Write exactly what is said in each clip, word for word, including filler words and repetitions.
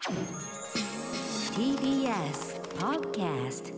ティービーエス Podcast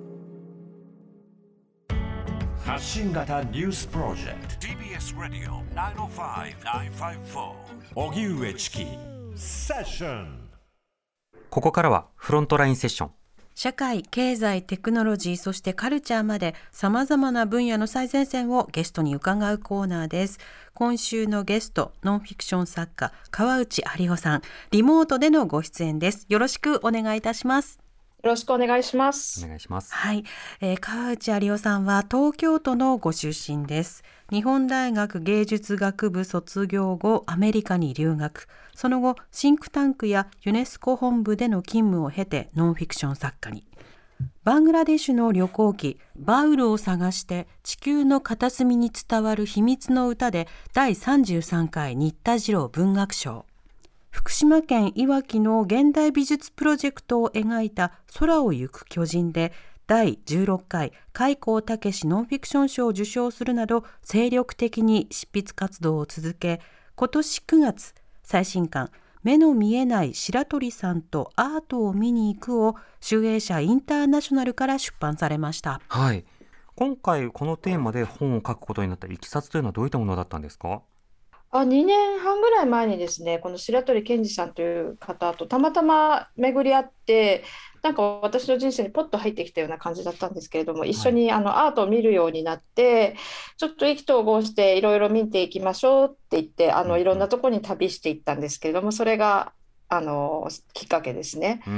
発信型ニュースプロジェクト ティービーエス ラディオ きゅうまるご きゅうご 荻上チキセッション。 ここからはフロントラインセッション。 社会、経済、テクノロジー、そしてカルチャーまで様々な分野の最前線をゲストに伺うコーナーです。今週のゲスト、ノンフィクション作家、川内有夫さん、リモートでのご出演です。よろしくお願いいたします。 よろしくお願いします。 お願いします。 はい、えー、川内有夫さんは東京都のご出身です。日本大学芸術学部卒業後、アメリカに留学。その後、シンクタンクやユネスコ本部での勤務を経てノンフィクション作家に。バングラデシュの旅行記バウルを探して地球の片隅に伝わる秘密の歌でだいさんじゅうさんかい新田次郎文学賞。福島県いわきの現代美術プロジェクトを描いた空を行く巨人でだいじゅうろっかい開光武ノンフィクション賞を受賞するなど精力的に執筆活動を続け、今年くがつ最新刊目の見えない白鳥さんとアートを見に行くを集英社インターナショナルから出版されました。 はい、今回このテーマで本を書くことになったいきさつというのはどういったものだったんですか？ あ、にねんはんぐらい前にですね、この白鳥健二さんという方とたまたま巡り合って、なんか私の人生にポッと入ってきたような感じだったんですけれども、一緒にあのアートを見るようになって、ちょっと意気投合していろいろ見ていきましょうって言って、あのいろんなところに旅していったんですけれども、それがあのきっかけですね。 うん、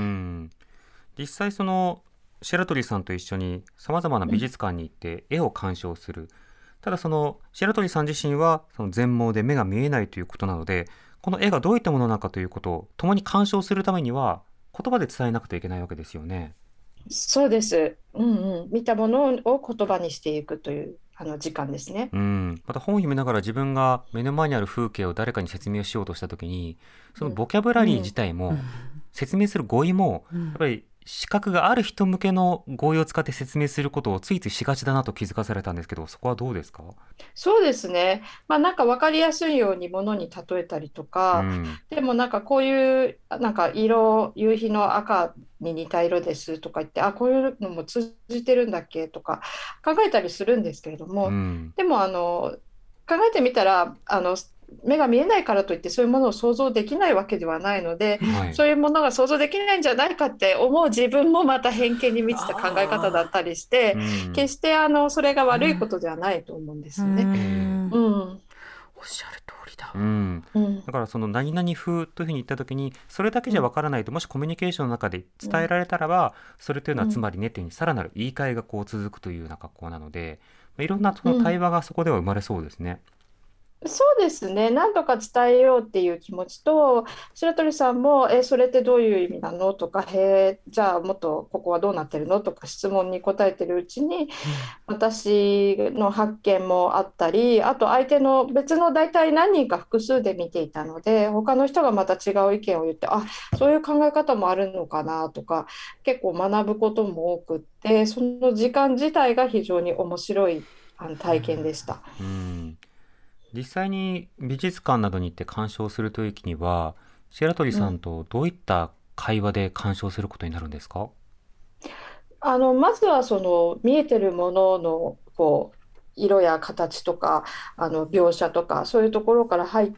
実際その白鳥さんと一緒にさまざまな美術館に行って絵を鑑賞する、うん、ただその白鳥さん自身はその全盲で目が見えないということなので、この絵がどういったものなのかということを共に鑑賞するためには言葉で伝えなくてはいけないわけですよね。 そうです、うんうん、見たものを言葉にしていくというあの時間ですね。 うん、また本を読みながら自分が目の前にある風景を誰かに説明しようとしたときに、そのボキャブラリー自体も、うん、説明する語彙も、うん、やっぱり視覚がある人向けの語彙を使って説明することをついついしがちだなと気づかされたんですけど、そこはどうですか？ そうですね、まあ、なんか分かりやすいようにものに例えたりとか、うん、でもなんかこういうなんか色、夕日の赤に似た色ですとか言って、あ、こういうのも通じてるんだっけとか考えたりするんですけれども、うん、でもあの考えてみたらあの目が見えないからといってそういうものを想像できないわけではないので、はい、そういうものが想像できないんじゃないかって思う自分もまた偏見に満ちた考え方だったりして、うん、決してあのそれが悪いことではないと思うんですよね。うんうん、 おっしゃる通りだ、 うんうん、だからその何々風というふうに言った時にそれだけじゃわからないと、もしコミュニケーションの中で伝えられたらば、うん、それというのはつまりねというふうにさらなる言い換えがこう続くというような格好なので、いろんなその対話がそこでは生まれそうですね。 うん、そうですね、何とか伝えようっていう気持ちと、白鳥さんもえそれってどういう意味なのとか、へじゃあもっとここはどうなってるのとか質問に答えてるうちに、うん、私の発見もあったり、あと相手の別の大体何人か複数で見ていたので、他の人がまた違う意見を言って、あ、そういう考え方もあるのかなとか結構学ぶことも多くって、その時間自体が非常に面白いあの体験でした。 うんうん実際に美術館などに行って鑑賞するという時には白鳥さんとどういった会話で鑑賞することになるんですか？うん、 あのまずはその見えてるもののこう色や形とかあの描写とかそういうところから入って、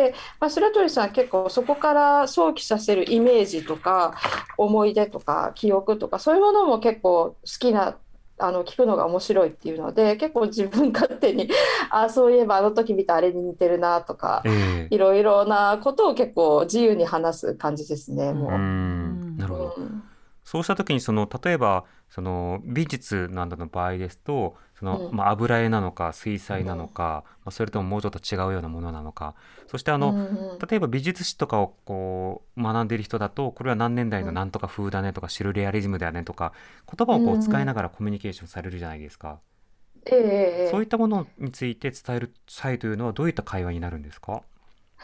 まあ、白鳥さんは結構そこから想起させるイメージとか思い出とか記憶とかそういうものも結構好きなあの聞くのが面白いっていうので、結構自分勝手にあそういえばあの時見たあれに似てるなとか、えー、いろいろなことを結構自由に話す感じですね。もう、うーんなるほど、うん、そうした時にその例えばその美術などの場合ですとその、うんまあ、油絵なのか水彩なのか、うんまあ、それとももうちょっと違うようなものなのか、そしてあの、うんうん、例えば美術史とかをこう学んでいる人だとこれは何年代のなんとか風だねとか、うん、シルレアリズムだねとか言葉をこう使いながらコミュニケーションされるじゃないですか、 うんうん、 そういったものについて伝える際というのはどういった会話になるんですか？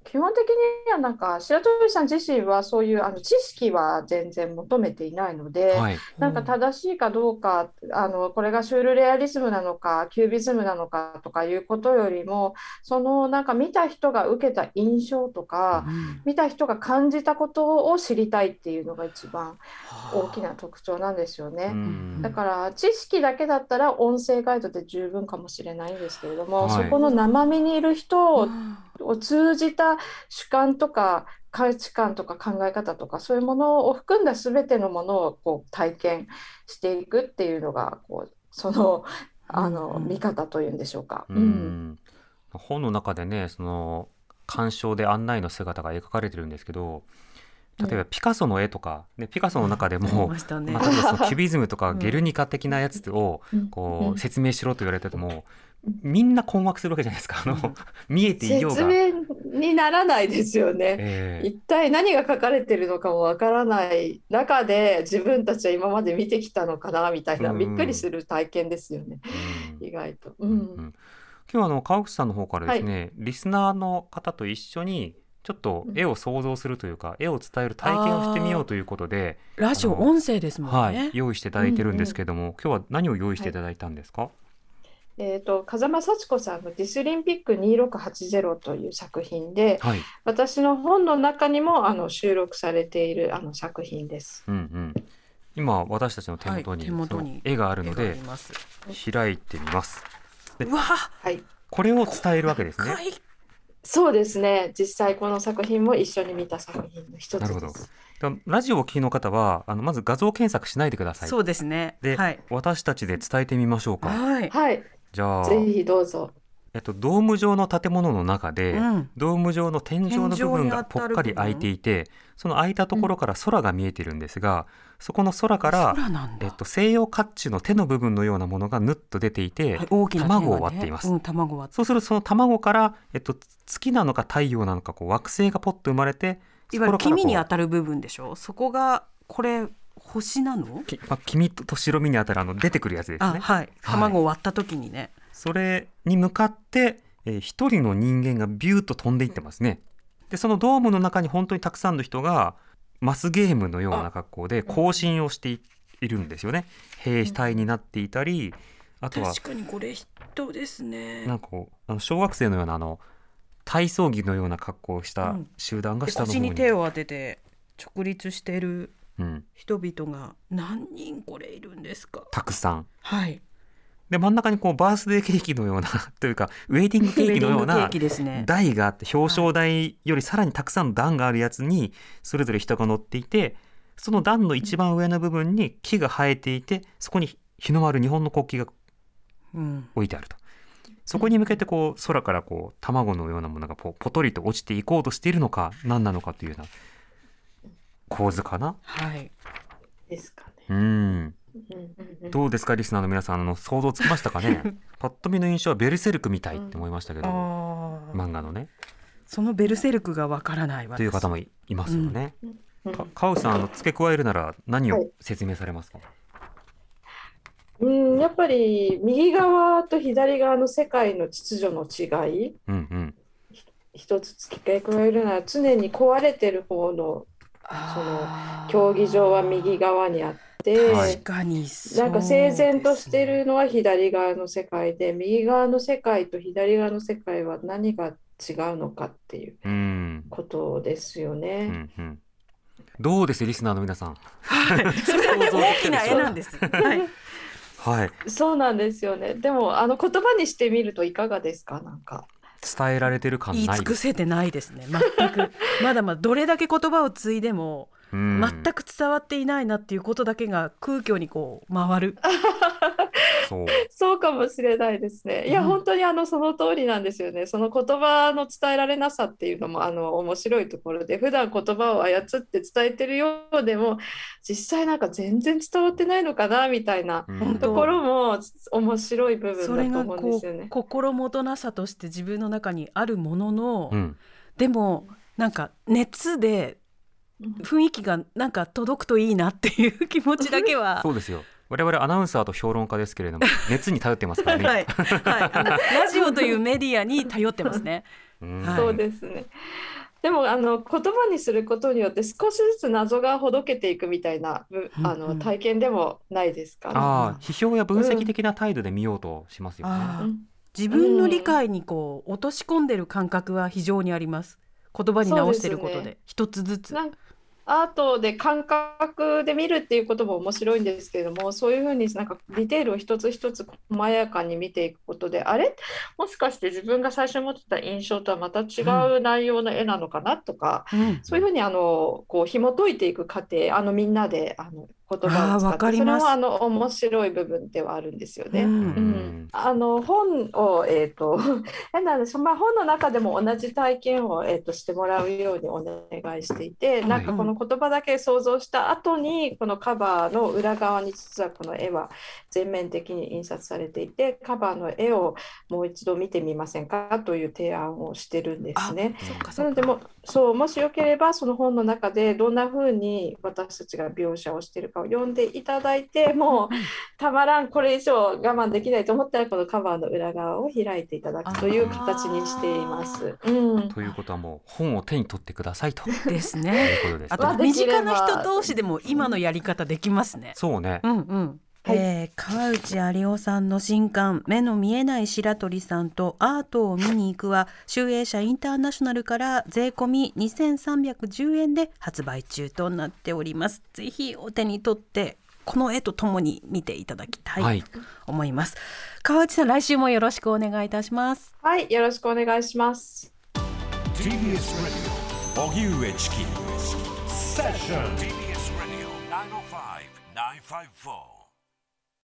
基本的にはなんか白鳥さん自身はそういうあの知識は全然求めていないので、 はい、 なんか正しいかどうか、あのこれがシュールレアリスムなのかキュービズムなのかとかいうことよりも、そのなんか見た人が受けた印象とか、うん、見た人が感じたことを知りたいっていうのが一番大きな特徴なんですよね。うん、だから知識だけだったら音声ガイドで十分かもしれないんですけれども、はい、そこの生身にいる人を、うんを通じた主観とか価値観とか考え方とか、そういうものを含んだ全てのものをこう体験していくっていうのがこうその、あの見方というんでしょうか。 うんうん、本の中でね、その鑑賞で案内の姿が描かれてるんですけど、例えばピカソの絵とか、ね、ピカソの中でも、まあ、例えばそのキュビズムとかゲルニカ的なやつをこう説明しろと言われてても、みんな困惑するわけじゃないですか。あの見えていようが説明にならないですよね、えー、一体何が書かれてるのかもわからない中で自分たちは今まで見てきたのかなみたいな、うん、びっくりする体験ですよね、うん、意外と、うんうん、 今日はあの川口さんの方からですね、はい、リスナーの方と一緒にちょっと絵を想像するというか、うん、絵を伝える体験をしてみようということで、 ラジオ音声ですもんね、 はい、用意していただいてるんですけども、うんうん、今日は何を用意していただいたんですか？はい、 えーと、風間幸子さんのディスリンピックにせんろっぴゃくはちじゅうという作品で、はい、私の本の中にもあの収録されているあの作品です、 うんうん、今私たちの手元に、はい、手元に絵があるので開いてみます。で、うわ、はい、これを伝えるわけですね。 そうですね、実際この作品も一緒に見た作品の一つです。なるほど。ラジオをお聞きの方はあのまず画像検索しないでください。 そうですね。 で、はい、私たちで伝えてみましょうか。 はい、はい、じゃあぜひどうぞ。 えっと、ドーム状の建物の中で、うん、ドーム状の天井の部分がぽっかり開いていて、その開いたところから空が見えてるんですが、うん、そこの空から、えっと、西洋甲冑の手の部分のようなものがぬっと出ていて、はい、大きな卵を割っています、うん、卵割って、そうするとその卵から、えっと、月なのか太陽なのかこう惑星がポッと生まれて、 いわゆる黄身に当たる部分でしょ。そこがこれ星なの？ き、まあ、黄身と白身に当たるあの出てくるやつですね。 あ、はい、卵を割った時にね、はい、 それに向かってえー、一人の人間がビューッと飛んでいってますね。でそのドームの中に本当にたくさんの人がマスゲームのような格好で行進をしているんですよね。兵隊になっていたり、あとは確かにこれ人ですね。 なんかこうあの小学生のようなあの体操着のような格好をした集団が下の方に、 うん、腰に手を当てて直立している人々が何人これいるんですか？ たくさん。 はい。 で真ん中にこうバースデーケーキのようなというかウェディングケーキのような台があって、表彰台よりさらにたくさんの段があるやつにそれぞれ人が乗っていて、その段の一番上の部分に木が生えていて、そこに日の丸日本の国旗が置いてあると、うん、そこに向けてこう空からこう卵のようなものがポポトリと落ちていこうとしているのか何なのかというような構図かな。 はい、ですかね。 うん、どうですかリスナーの皆さん、あの想像つきましたかね？パッと見の印象はベルセルクみたいって思いましたけど、うん、漫画のね、 そのベルセルクがわからないという方も い, いますよね、うん、か川内さん、あの付け加えるなら何を説明されますか？ はい、うん、やっぱり右側と左側の世界の秩序の違い、うんうん、一つ付け加えるなら常に壊れてる方のその競技場は右側にあって、 確かにそうですね、 なんか整然としてるのは左側の世界で、右側の世界と左側の世界は何が違うのかっていうことですよね、うんうん、 どうですリスナーの皆さん、 はい、それだけ大きな絵なんです、はいはい、 そうなんですよね。でもあの言葉にしてみるといかがですか？なんか伝えられてる感ないです。 言い尽くせてないですね、全くまだまだどれだけ言葉を継いでも全く伝わっていないなっていうことだけが空虚にこう回るそう、そうかもしれないですね。いや、うん、本当にあのその通りなんですよね。その言葉の伝えられなさっていうのもあの面白いところで、普段言葉を操って伝えてるようでも実際なんか全然伝わってないのかなみたいなところも面白い部分だと思うんですよね。 それがこう心もとなさとして自分の中にあるものの、うん、でもなんか熱で雰囲気がなんか届くといいなっていう気持ちだけはそうですよ。我々アナウンサーと評論家ですけれども熱に頼ってますからね、 はいはい、あのラジオというメディアに頼ってますね。 うん、 そうですね。でもあの言葉にすることによって少しずつ謎がほどけていくみたいなあの体験でもないですか？ ああ、批評や分析的な態度で見ようとしますよね。 うん、自分の理解にこう落とし込んでる感覚は非常にあります。言葉に直してることで、で、ね、一つずつ。 アートで感覚で見るっていうことも面白いんですけれども、そういうふうになんかディテールを一つ一つ細やかに見ていくことで、あれもしかして自分が最初に持ってた印象とはまた違う内容の絵なのかなとか、うん、そういうふうにあのこう紐解いていく過程、あのみんなであの言葉を使って、それもあの面白い部分ではあるんですよね。うんうん、あの本を、えーと変なんです、まあ、本の中でも同じ体験を、えーとしてもらうようにお願いしていて、はい、なんかこの言葉だけ想像した後にこのカバーの裏側に実はこの絵は全面的に印刷されていて、カバーの絵をもう一度見てみませんかという提案をしてるんですね。なのでもそうもしよければその本の中でどんな風に私たちが描写をしているかを読んでいただいて、もうたまらんこれ以上我慢できないと思ったらこのカバーの裏側を開いていただくという形にしています。うん、 ということはもう本を手に取ってくださいとですね。あと身近な人同士でも今のやり方できますね。 そうね。 うんうん。はい、えー、川内有夫さんの新刊目の見えない白鳥さんとアートを見に行くは集英社インターナショナルから税込みにせんさんびゃくじゅうえんで発売中となっております。ぜひお手に取ってこの絵とともに見ていただきたいと思います、はい、川内さん来週もよろしくお願いいたします。 はい、よろしくお願いします。 ティービーエス ラジオ荻上チキセッション ティービーエス ラジオきゅうまるご きゅうごよん